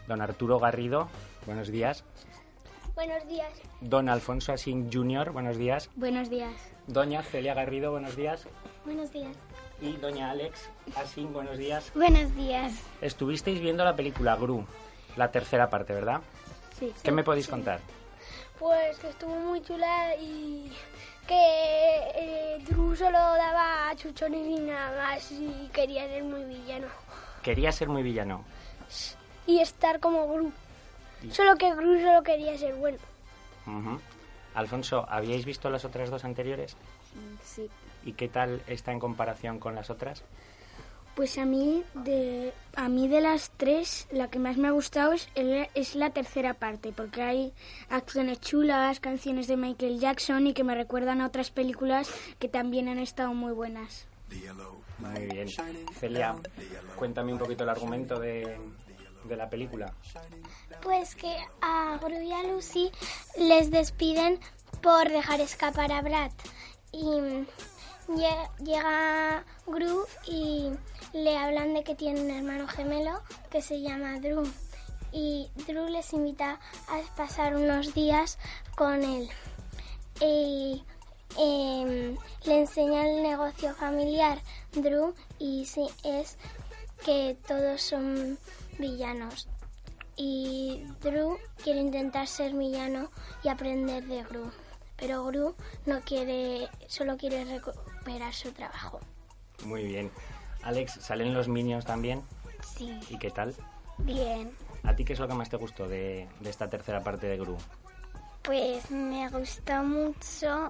Don Arturo Garrido, buenos días. Buenos días. Don Alfonso Asín Jr., buenos días. Buenos días. Doña Celia Garrido, buenos días. Buenos días. Y doña Alex Asín, buenos días. Buenos días. Estuvisteis viendo la película Gru, la tercera parte, ¿verdad? Sí. ¿Qué me podéis contar? Pues que estuvo muy chula y que Drew solo daba chuchones y nada más y quería ser muy villano. Quería ser muy villano. Y estar como Gru. Solo que Gru solo quería ser bueno. Uh-huh. Alfonso, ¿habíais visto las otras dos anteriores? Sí. ¿Y qué tal está en comparación con las otras? Pues a mí de las tres, la que más me ha gustado es la tercera parte, porque hay acciones chulas, canciones de Michael Jackson y que me recuerdan a otras películas que también han estado muy buenas. Muy bien. Celia, cuéntame un poquito el argumento de la película. Pues que a Gru y a Lucy les despiden por dejar escapar a Brad. Y llega Gru y le hablan de que tiene un hermano gemelo que se llama Drew. Y Drew les invita a pasar unos días con él. Y le enseña el negocio familiar Drew y sí, es que todos son villanos. Y Drew quiere intentar ser villano y aprender de Gru. Pero Gru no quiere, solo quiere recuperar su trabajo. Muy bien. Alex, ¿salen los Minions también? Sí. ¿Y qué tal? Bien. ¿A ti qué es lo que más te gustó de esta tercera parte de Gru? Pues me gustó mucho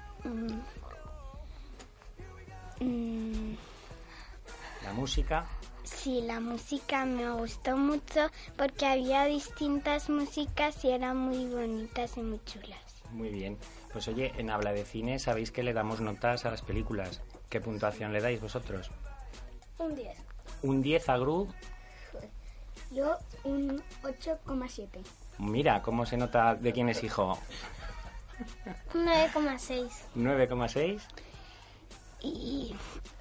¿La música? Sí, la música me gustó mucho porque había distintas músicas y eran muy bonitas y muy chulas. Muy bien. Pues oye, en Habla de Cine sabéis que le damos notas a las películas. ¿Qué puntuación le dais vosotros? Un 10. ¿Un 10 a Gru? Yo un 8,7. Mira, cómo se nota de quién es hijo. 9,6. 9,6. Y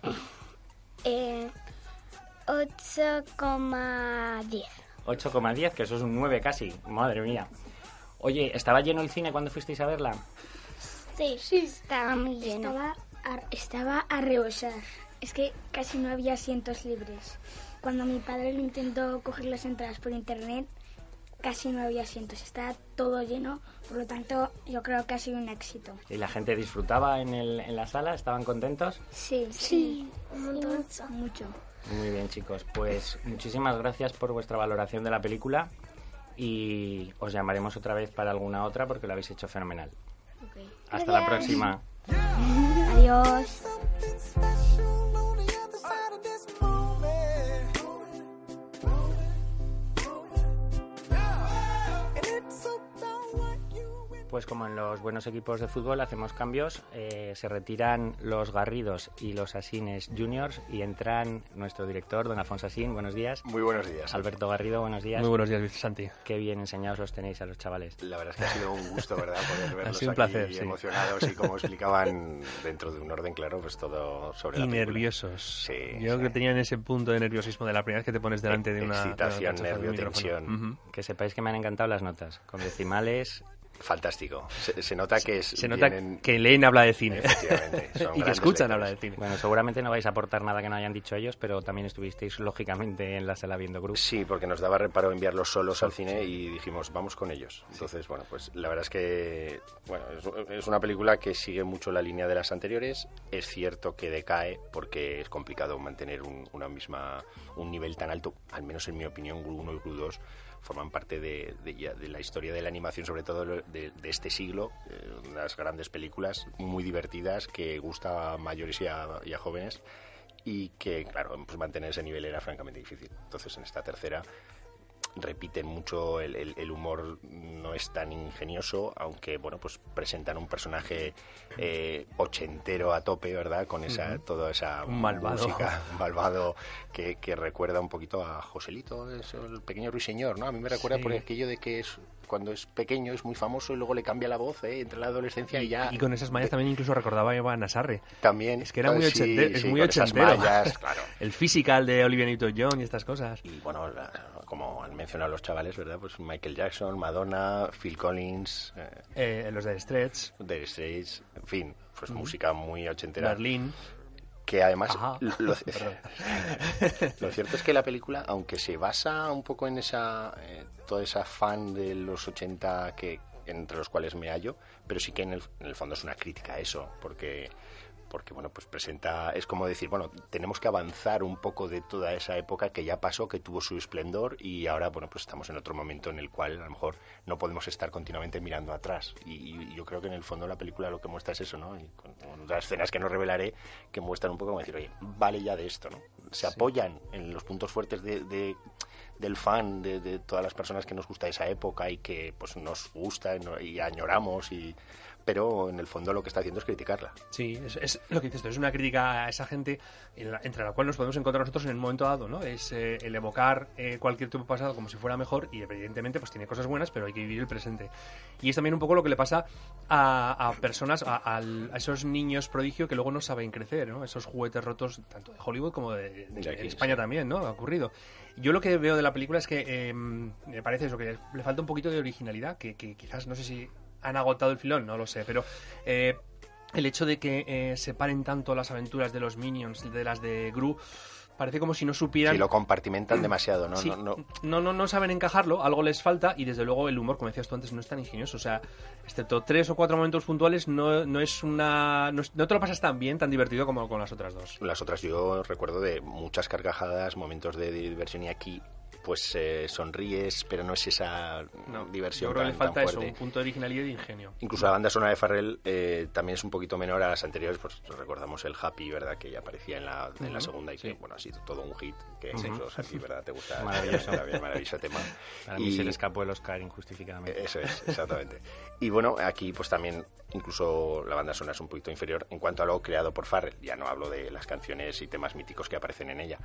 8,10. 8,10, que eso es un 9 casi. Madre mía. Oye, ¿estaba lleno el cine cuando fuisteis a verla? Sí, estaba muy lleno. Estaba a rebosar. Es que casi no había asientos libres. Cuando mi padre lo intentó coger las entradas por internet, casi no había asientos. Estaba todo lleno, por lo tanto, yo creo que ha sido un éxito. ¿Y la gente disfrutaba en la sala? ¿Estaban contentos? Sí. Mucho. Muy bien, chicos. Pues muchísimas gracias por vuestra valoración de la película y os llamaremos otra vez para alguna otra porque lo habéis hecho fenomenal. Okay. Hasta la próxima. Adiós. Pues como en los buenos equipos de fútbol hacemos cambios, se retiran los Garridos y los Asines Juniors y entran nuestro director, don Alfonso Asín, buenos días. Muy buenos días. Alberto Garrido, buenos días. Muy buenos días, Santi. Qué bien enseñados los tenéis a los chavales. La verdad es que ha sido un gusto, ¿verdad? Poder verlos Ha sido un aquí placer, sí. emocionados y como explicaban dentro de un orden claro, pues todo sobre la Y película. nerviosos. Sí, Yo creo que tenían ese punto de nerviosismo de la primera vez que te pones delante de una... Excitación, de una nervio, de un micrófono. tensión. Ujú. Que sepáis que me han encantado las notas, con decimales. Fantástico. Se nota que Se nota vienen... que leen habla de cine. Efectivamente. Son Y que grandes escuchan lectores. habla de cine. Bueno, seguramente no vais a aportar nada que no hayan dicho ellos, pero también estuvisteis lógicamente en la sala viendo Gru. Sí, porque nos daba reparo enviarlos solos al cine y dijimos, vamos con ellos. Entonces, bueno, pues la verdad es que bueno, es una película que sigue mucho la línea de las anteriores. Es cierto que decae porque es complicado mantener un nivel tan alto, al menos en mi opinión, Gru 1 y Gru 2 forman parte de la historia de la animación, sobre todo de este siglo, unas grandes películas muy divertidas que gusta a mayores y a jóvenes y que, claro, pues mantener ese nivel era francamente difícil. Entonces, en esta tercera repiten mucho, el humor no es tan ingenioso, aunque bueno, pues presentan un personaje ochentero a tope, ¿verdad? Con toda esa música, un malvado que recuerda un poquito a Joselito, es el pequeño ruiseñor, ¿no? A mí me recuerda por aquello de que cuando es pequeño es muy famoso y luego le cambia la voz, entre la adolescencia y ya... Y con esas mallas también incluso recordaba a Eva Nassarre. También. Es que era muy ochentero. Sí, muy ochentero. Claro. El physical de Olivia Newton-John y estas cosas. Y bueno, como han mencionado los chavales, ¿verdad? Pues Michael Jackson, Madonna, Phil Collins, los de Stretch, Dire Straits, en fin, pues música muy ochentera. Berlín. Que además lo cierto es que la película, aunque se basa un poco en toda esa fan de los 80 entre los cuales me hallo, pero sí que en el fondo es una crítica a eso, porque bueno, pues es como decir, bueno, tenemos que avanzar un poco de toda esa época que ya pasó, que tuvo su esplendor, y ahora, bueno, pues estamos en otro momento en el cual a lo mejor no podemos estar continuamente mirando atrás, y yo creo que en el fondo la película lo que muestra es eso, ¿no? Y con otras escenas que no revelaré, que muestran un poco como decir, oye, vale ya de esto, ¿no? Se apoyan en los puntos fuertes del fan, de todas las personas que nos gusta esa época y que pues nos gusta y añoramos, pero en el fondo lo que está haciendo es criticarla. Sí, es lo que dices tú, es una crítica a esa gente entre la cual nos podemos encontrar nosotros en el momento dado, ¿no? Es el evocar cualquier tiempo pasado como si fuera mejor, y evidentemente pues tiene cosas buenas, pero hay que vivir el presente. Y es también un poco lo que le pasa a personas, a esos niños prodigio que luego no saben crecer, ¿no? Esos juguetes rotos tanto de Hollywood como de aquí, España, sí. También, ¿no? Ha ocurrido. Yo lo que veo de la película es que me parece eso, que le falta un poquito de originalidad, que quizás, no sé si han agotado el filón, no lo sé, pero el hecho de que separen tanto las aventuras de los Minions de las de Gru, parece como si no supieran... Sí, lo compartimentan demasiado, ¿no? Sí, no saben encajarlo, algo les falta, y desde luego el humor, como decías tú antes, no es tan ingenioso. O sea, excepto 3 o 4 momentos puntuales, no te lo pasas tan bien, tan divertido como con las otras dos. Las otras yo recuerdo de muchas carcajadas, momentos de diversión, y aquí pues sonríes, pero no es esa diversión. Yo creo que le falta tan eso, un punto de originalidad y de ingenio. Incluso la banda sonora de Farrell también es un poquito menor a las anteriores, pues recordamos el Happy, ¿verdad? Que ya aparecía en la segunda, y que, bueno, ha sido todo un hit, que esos Happy, ¿verdad? ¿Te gusta? Maravilloso tema. Para mí se le escapó el Oscar injustificadamente. Eso es, exactamente. Y bueno, aquí pues también incluso la banda sonora es un poquito inferior en cuanto a lo creado por Farrell. Ya no hablo de las canciones y temas míticos que aparecen en ella.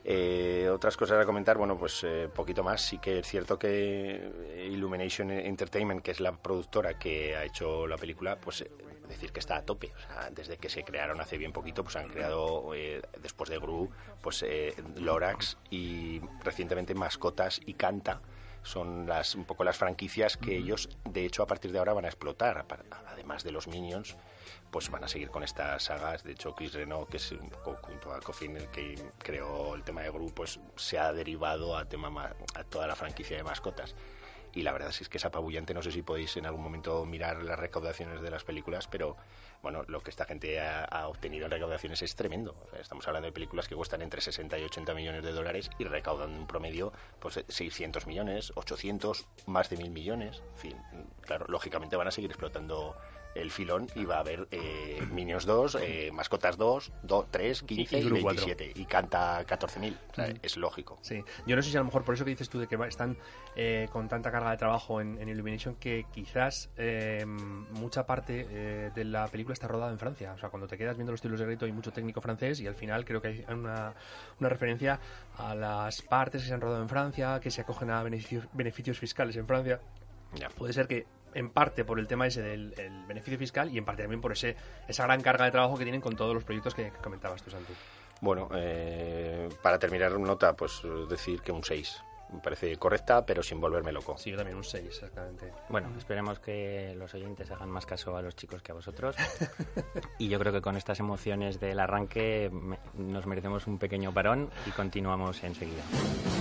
Otras cosas a comentar, bueno, pues poquito más. Sí que es cierto que Illumination Entertainment, que es la productora que ha hecho la película, pues decir que está a tope. O sea, desde que se crearon hace bien poquito, pues han creado, después de Gru, pues Lorax, y recientemente Mascotas y Canta. Son un poco las franquicias que ellos, de hecho, a partir de ahora van a explotar. Además de los Minions, pues van a seguir con estas sagas. De hecho, Chris Renaud, que es un poco junto a Coffin el que creó el tema de Gru, pues se ha derivado a toda la franquicia de Mascotas. Y la verdad es que es apabullante. No sé si podéis en algún momento mirar las recaudaciones de las películas, pero bueno, lo que esta gente ha obtenido en recaudaciones es tremendo. O sea, estamos hablando de películas que cuestan entre 60 y 80 millones de dólares y recaudan un promedio pues 600 millones, 800, más de 1.000 millones. En fin, claro, lógicamente van a seguir explotando el filón, y va a haber Minions 2, Mascotas 2, 3, 15 y 27. Y Canta 14.000. O sea, es lógico. Sí. Yo no sé si a lo mejor por eso que dices tú de que están con tanta carga de trabajo en Illumination, que quizás mucha parte de la película está rodada en Francia. O sea, cuando te quedas viendo los títulos de crédito hay mucho técnico francés, y al final creo que hay una referencia a las partes que se han rodado en Francia, que se acogen a beneficios fiscales en Francia. Ya. Puede ser que en parte por el tema ese del beneficio fiscal, y en parte también por esa gran carga de trabajo que tienen con todos los proyectos que comentabas tú, Santi. Bueno, para terminar nota, pues decir que un 6. Me parece correcta, pero sin volverme loco. Sí, yo también un 6, exactamente. Bueno, esperemos que los oyentes hagan más caso a los chicos que a vosotros. Y yo creo que con estas emociones del arranque nos merecemos un pequeño parón y continuamos enseguida.